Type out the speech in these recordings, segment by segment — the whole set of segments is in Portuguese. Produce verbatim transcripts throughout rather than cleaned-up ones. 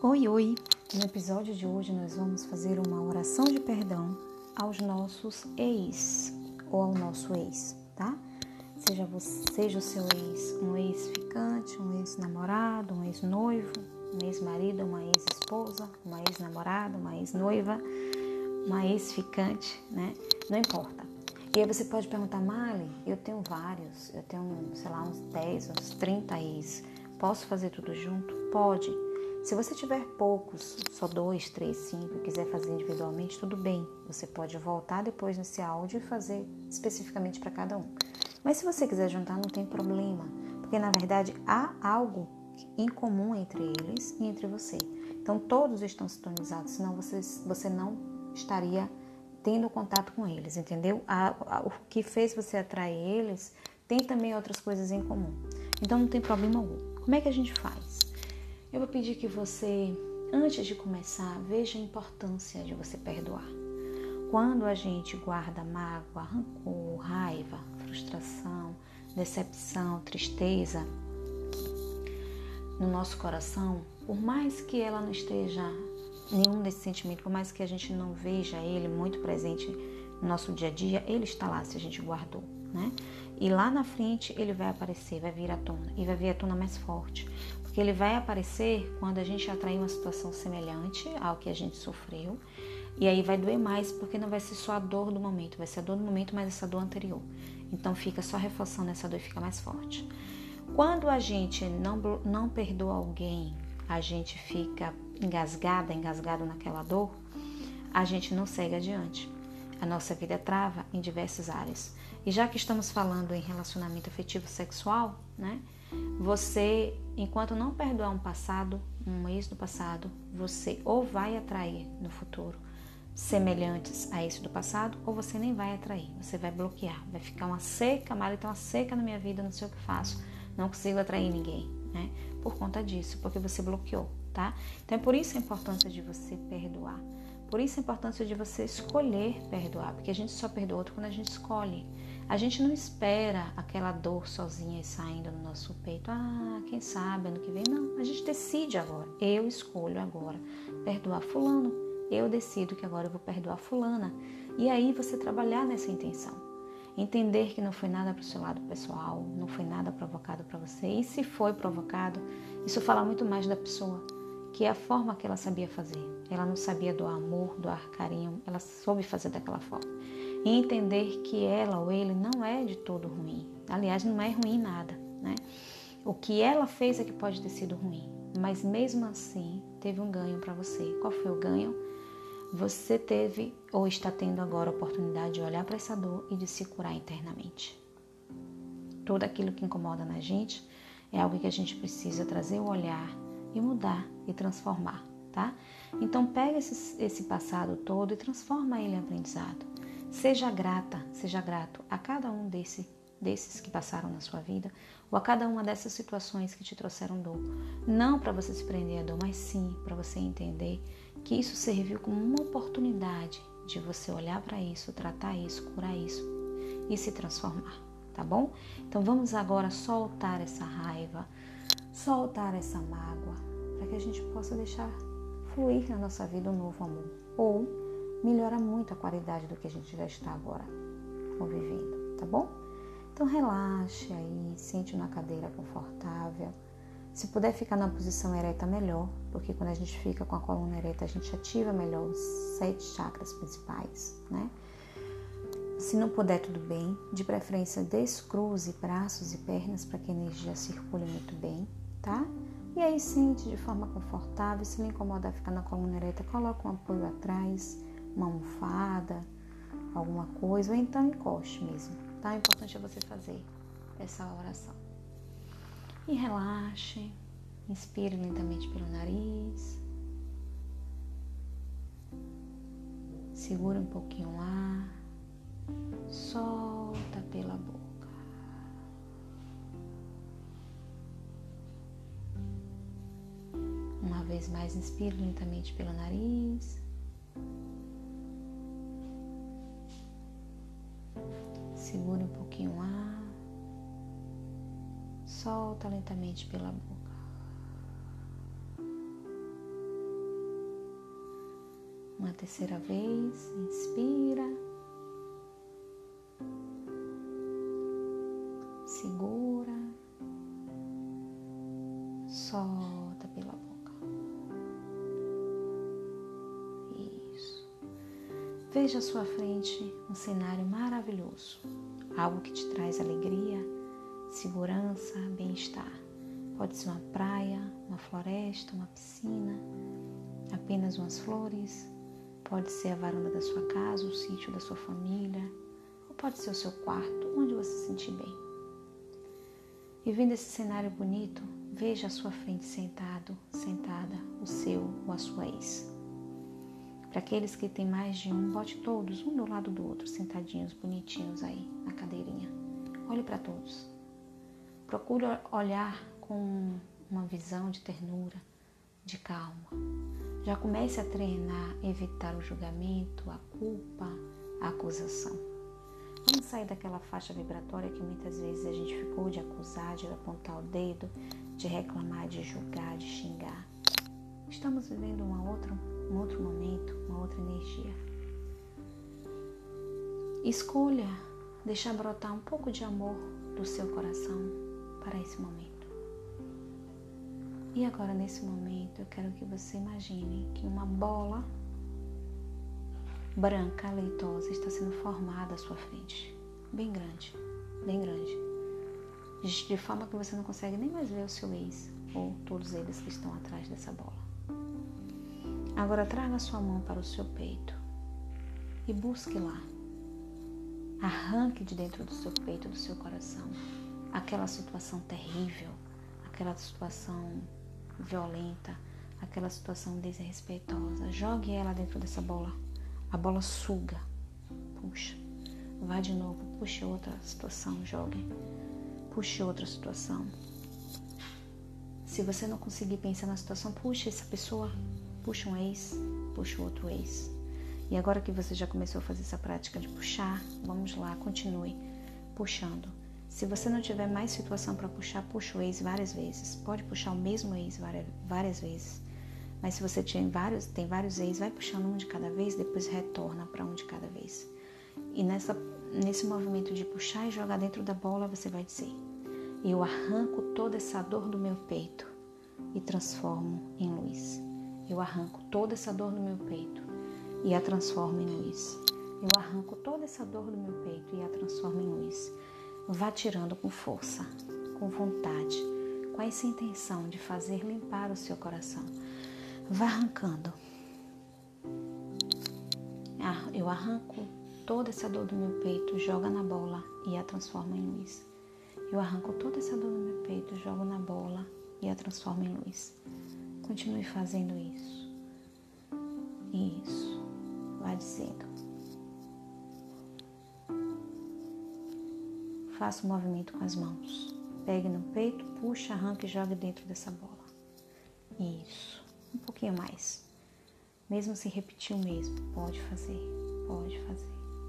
Oi, oi! No episódio de hoje nós vamos fazer uma oração de perdão aos nossos ex ou ao nosso ex, tá? Seja, você, seja o seu ex um ex-ficante, um ex-namorado, um ex-noivo, um ex-marido, uma ex-esposa, uma ex-namorada, uma ex-noiva, uma ex-ficante, né? Não importa. E aí você pode perguntar, Mali, eu tenho vários, eu tenho, sei lá, uns dez, uns trinta ex, posso fazer tudo junto? Pode. Se você tiver poucos, só dois, três, cinco, e quiser fazer individualmente, tudo bem. Você pode voltar depois nesse áudio e fazer especificamente para cada um. Mas se você quiser juntar, não tem problema, porque na verdade há algo em comum entre eles e entre você. Então todos estão sintonizados, senão você, você não estaria tendo contato com eles, entendeu? A, a, o que fez você atrair eles tem também outras coisas em comum. Então não tem problema algum. Como é que a gente faz? Eu vou pedir que você, antes de começar, veja a importância de você perdoar. Quando a gente guarda mágoa, rancor, raiva, frustração, decepção, tristeza no nosso coração, por mais que ela não esteja, nenhum desse sentimento, por mais que a gente não veja ele muito presente no nosso dia a dia, ele está lá se a gente guardou, né? E lá na frente ele vai aparecer, vai vir à tona, e vai vir à tona mais forte. Porque ele vai aparecer quando a gente atrair uma situação semelhante ao que a gente sofreu. E aí vai doer mais, porque não vai ser só a dor do momento, vai ser a dor do momento, mas essa dor anterior. Então fica só reforçando essa dor e fica mais forte. Quando a gente não, não perdoa alguém, a gente fica engasgada, engasgado naquela dor, a gente não segue adiante. A nossa vida trava em diversas áreas. E já que estamos falando em relacionamento afetivo sexual, né? Você, enquanto não perdoar um passado, um ex do passado, você ou vai atrair no futuro semelhantes a esse do passado, ou você nem vai atrair, você vai bloquear, vai ficar uma seca, Mari, tem uma seca na minha vida, não sei o que faço, não consigo atrair ninguém, né? Por conta disso, porque você bloqueou, tá? Então é por isso a importância de você perdoar, por isso a importância de você escolher perdoar, porque a gente só perdoa outro quando a gente escolhe. A gente não espera aquela dor sozinha e saindo no nosso peito. Ah, quem sabe ano que vem? Não, a gente decide agora. Eu escolho agora perdoar fulano. Eu decido que agora eu vou perdoar fulana. E aí você trabalhar nessa intenção. Entender que não foi nada para o seu lado pessoal, não foi nada provocado para você. E se foi provocado, isso fala muito mais da pessoa, que é a forma que ela sabia fazer. Ela não sabia doar amor, doar carinho, ela soube fazer daquela forma. E entender que ela ou ele não é de todo ruim. Aliás, não é ruim nada, né? O que ela fez é que pode ter sido ruim, mas mesmo assim teve um ganho para você. Qual foi o ganho? Você teve ou está tendo agora a oportunidade de olhar para essa dor e de se curar internamente. Tudo aquilo que incomoda na gente é algo que a gente precisa trazer o olhar e mudar e transformar, tá? Então pega esse, esse passado todo e transforma ele em aprendizado. Seja grata, seja grato a cada um desse, desses que passaram na sua vida ou a cada uma dessas situações que te trouxeram dor. Não para você se prender à dor, mas sim para você entender que isso serviu como uma oportunidade de você olhar para isso, tratar isso, curar isso e se transformar, tá bom? Então vamos agora soltar essa raiva, soltar essa mágoa, para que a gente possa deixar fluir na nossa vida um novo amor. Ou melhora muito a qualidade do que a gente já está agora convivendo, tá bom? Então relaxe aí, sente na cadeira confortável. Se puder ficar na posição ereta, melhor, porque quando a gente fica com a coluna ereta, a gente ativa melhor os sete chakras principais, né? Se não puder, tudo bem. De preferência, descruze braços e pernas para que a energia circule muito bem, tá? E aí sente de forma confortável. Se lhe incomodar ficar na coluna ereta, coloca um apoio atrás, uma almofada, alguma coisa, ou então encoste mesmo, tá? O importante é você fazer essa oração. E relaxe, inspire lentamente pelo nariz, segura um pouquinho o ar, solta pela boca. Uma vez mais, inspire lentamente pelo nariz. Segura um pouquinho o ar, solta lentamente pela boca. Uma terceira vez, inspira. Segura. Solta pela boca. Isso. Veja à sua frente um cenário maravilhoso. Algo que te traz alegria, segurança, bem-estar. Pode ser uma praia, uma floresta, uma piscina, apenas umas flores. Pode ser a varanda da sua casa, o sítio da sua família, ou pode ser o seu quarto, onde você se sentir bem. E vendo esse cenário bonito, veja à sua frente sentado, sentada, o seu ou a sua ex. Para aqueles que têm mais de um, bote todos, um do lado do outro, sentadinhos, bonitinhos aí na cadeirinha. Olhe para todos. Procure olhar com uma visão de ternura, de calma. Já comece a treinar, evitar o julgamento, a culpa, a acusação. Vamos sair daquela faixa vibratória que muitas vezes a gente ficou de acusar, de apontar o dedo, de reclamar, de julgar, de xingar. Estamos vivendo uma outra, um outro momento, uma outra energia. Escolha deixar brotar um pouco de amor do seu coração para esse momento. E agora, nesse momento, eu quero que você imagine que uma bola branca, leitosa, está sendo formada à sua frente. Bem grande, bem grande. De forma que você não consegue nem mais ver o seu ex ou todos eles que estão atrás dessa bola. Agora, traga a sua mão para o seu peito e busque lá. Arranque de dentro do seu peito, do seu coração, aquela situação terrível, aquela situação violenta, aquela situação desrespeitosa. Jogue ela dentro dessa bola. A bola suga. Puxa. Vá de novo. Puxe outra situação. Jogue. Puxe outra situação. Se você não conseguir pensar na situação, puxe essa pessoa. Puxe um ex. Puxe outro ex. E agora que você já começou a fazer essa prática de puxar, vamos lá, continue puxando. Se você não tiver mais situação para puxar, puxa o ex várias vezes. Pode puxar o mesmo ex várias, várias vezes. Mas se você tem vários, tem vários ex, vai puxando um de cada vez, depois retorna para um de cada vez. E nessa, nesse movimento de puxar e jogar dentro da bola, você vai dizer: eu arranco toda essa dor do meu peito e transformo em luz. Eu arranco toda essa dor do meu peito e a transformo em luz. Eu arranco toda essa dor do meu peito e a transformo em luz. Vá tirando com força, com vontade, com essa intenção de fazer limpar o seu coração. Vá arrancando. Eu arranco toda essa dor do meu peito, joga na bola e a transformo em luz. Eu arranco toda essa dor do meu peito, jogo na bola e a transformo em luz. Continue fazendo isso. Isso. Vá dizendo. Faça o movimento com as mãos. Pegue no peito, puxa, arranque e jogue dentro dessa bola. Isso. Um pouquinho mais. Mesmo se repetir o mesmo, pode fazer. Pode fazer.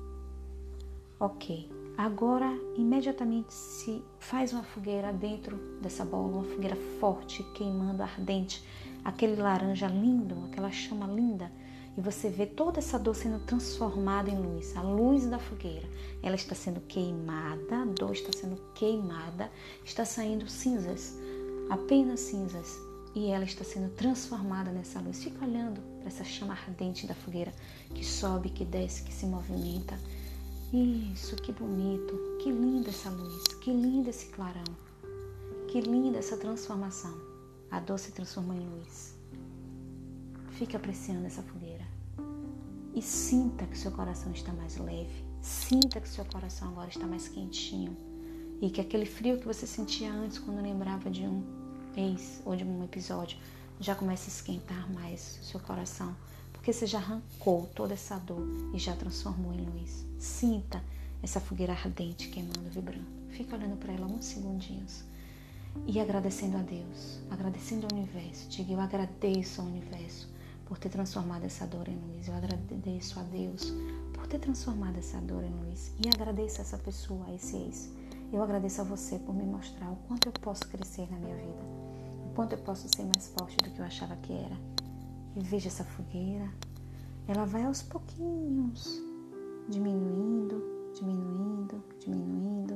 Ok. Agora, imediatamente se faz uma fogueira dentro dessa bola, uma fogueira forte, queimando, ardente, aquele laranja lindo, aquela chama linda. E você vê toda essa dor sendo transformada em luz. A luz da fogueira, ela está sendo queimada, a dor está sendo queimada, está saindo cinzas, apenas cinzas. E ela está sendo transformada nessa luz. Fica olhando para essa chama ardente da fogueira, que sobe, que desce, que se movimenta. Isso, que bonito, que linda essa luz, que lindo esse clarão, que linda essa transformação. A dor se transformou em luz. Fique apreciando essa fogueira e sinta que seu coração está mais leve, sinta que seu coração agora está mais quentinho e que aquele frio que você sentia antes quando lembrava de um ex ou de um episódio já começa a esquentar mais o seu coração, porque você já arrancou toda essa dor e já transformou em luz. Sinta essa fogueira ardente queimando, vibrando. Fica olhando para ela uns segundinhos e agradecendo a Deus, agradecendo ao universo. Diga: eu agradeço ao universo por ter transformado essa dor em luz. Eu agradeço a Deus por ter transformado essa dor em luz. E agradeço a essa pessoa, a esse ex. Eu agradeço a você por me mostrar o quanto eu posso crescer na minha vida, o quanto eu posso ser mais forte do que eu achava que era. E veja essa fogueira ela vai aos pouquinhos, diminuindo, diminuindo, diminuindo.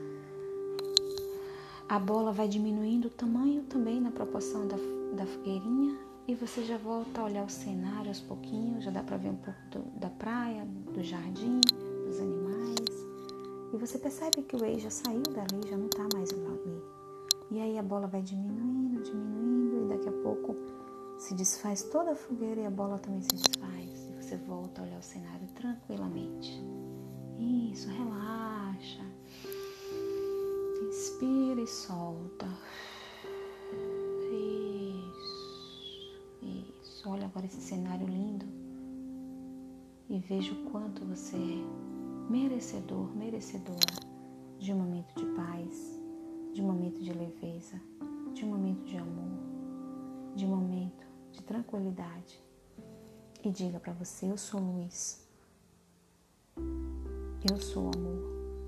A bola vai diminuindo o tamanho também na proporção da, da fogueirinha e você já volta a olhar o cenário aos pouquinhos, já dá para ver um pouco do, da praia, do jardim, dos animais. E você percebe que o ex já saiu dali, já não está mais ali. E aí a bola vai diminuindo, diminuindo e daqui a pouco se desfaz toda a fogueira e a bola também se desfaz. E você volta a olhar o cenário tranquilamente. Isso, relaxa. Inspira e solta. Isso, isso. Olha agora esse cenário lindo e veja o quanto você é merecedor, merecedora de um momento de paz, de um momento de leveza, de um momento de amor, de um momento de tranquilidade. E diga para você: eu sou luz, eu sou amor,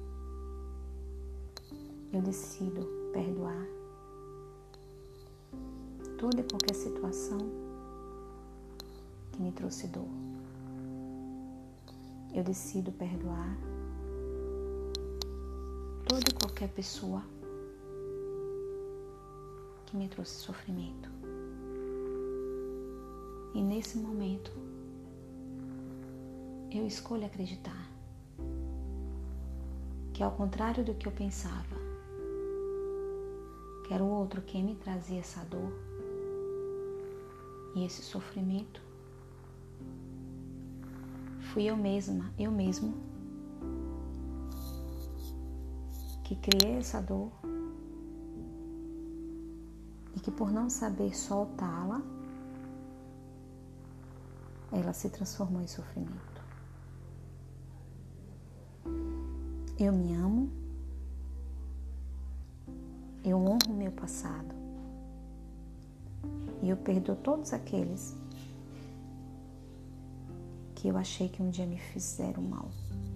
eu decido perdoar toda e qualquer situação que me trouxe dor. Eu decido perdoar toda e qualquer pessoa que me trouxe sofrimento. E nesse momento, eu escolho acreditar que, ao contrário do que eu pensava, que era o outro quem me trazia essa dor e esse sofrimento, fui eu mesma, eu mesmo, que criei essa dor e que, por não saber soltá-la, ela se transformou em sofrimento. Eu me amo, eu honro o meu passado e eu perdoo todos aqueles que eu achei que um dia me fizeram mal.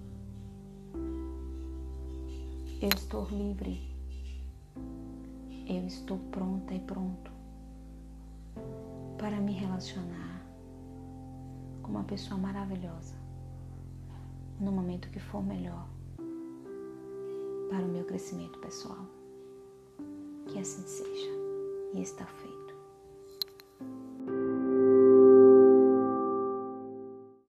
Eu estou livre, eu estou pronta e pronto para me relacionar com uma pessoa maravilhosa no momento que for melhor para o meu crescimento pessoal. Que assim seja, e está feito.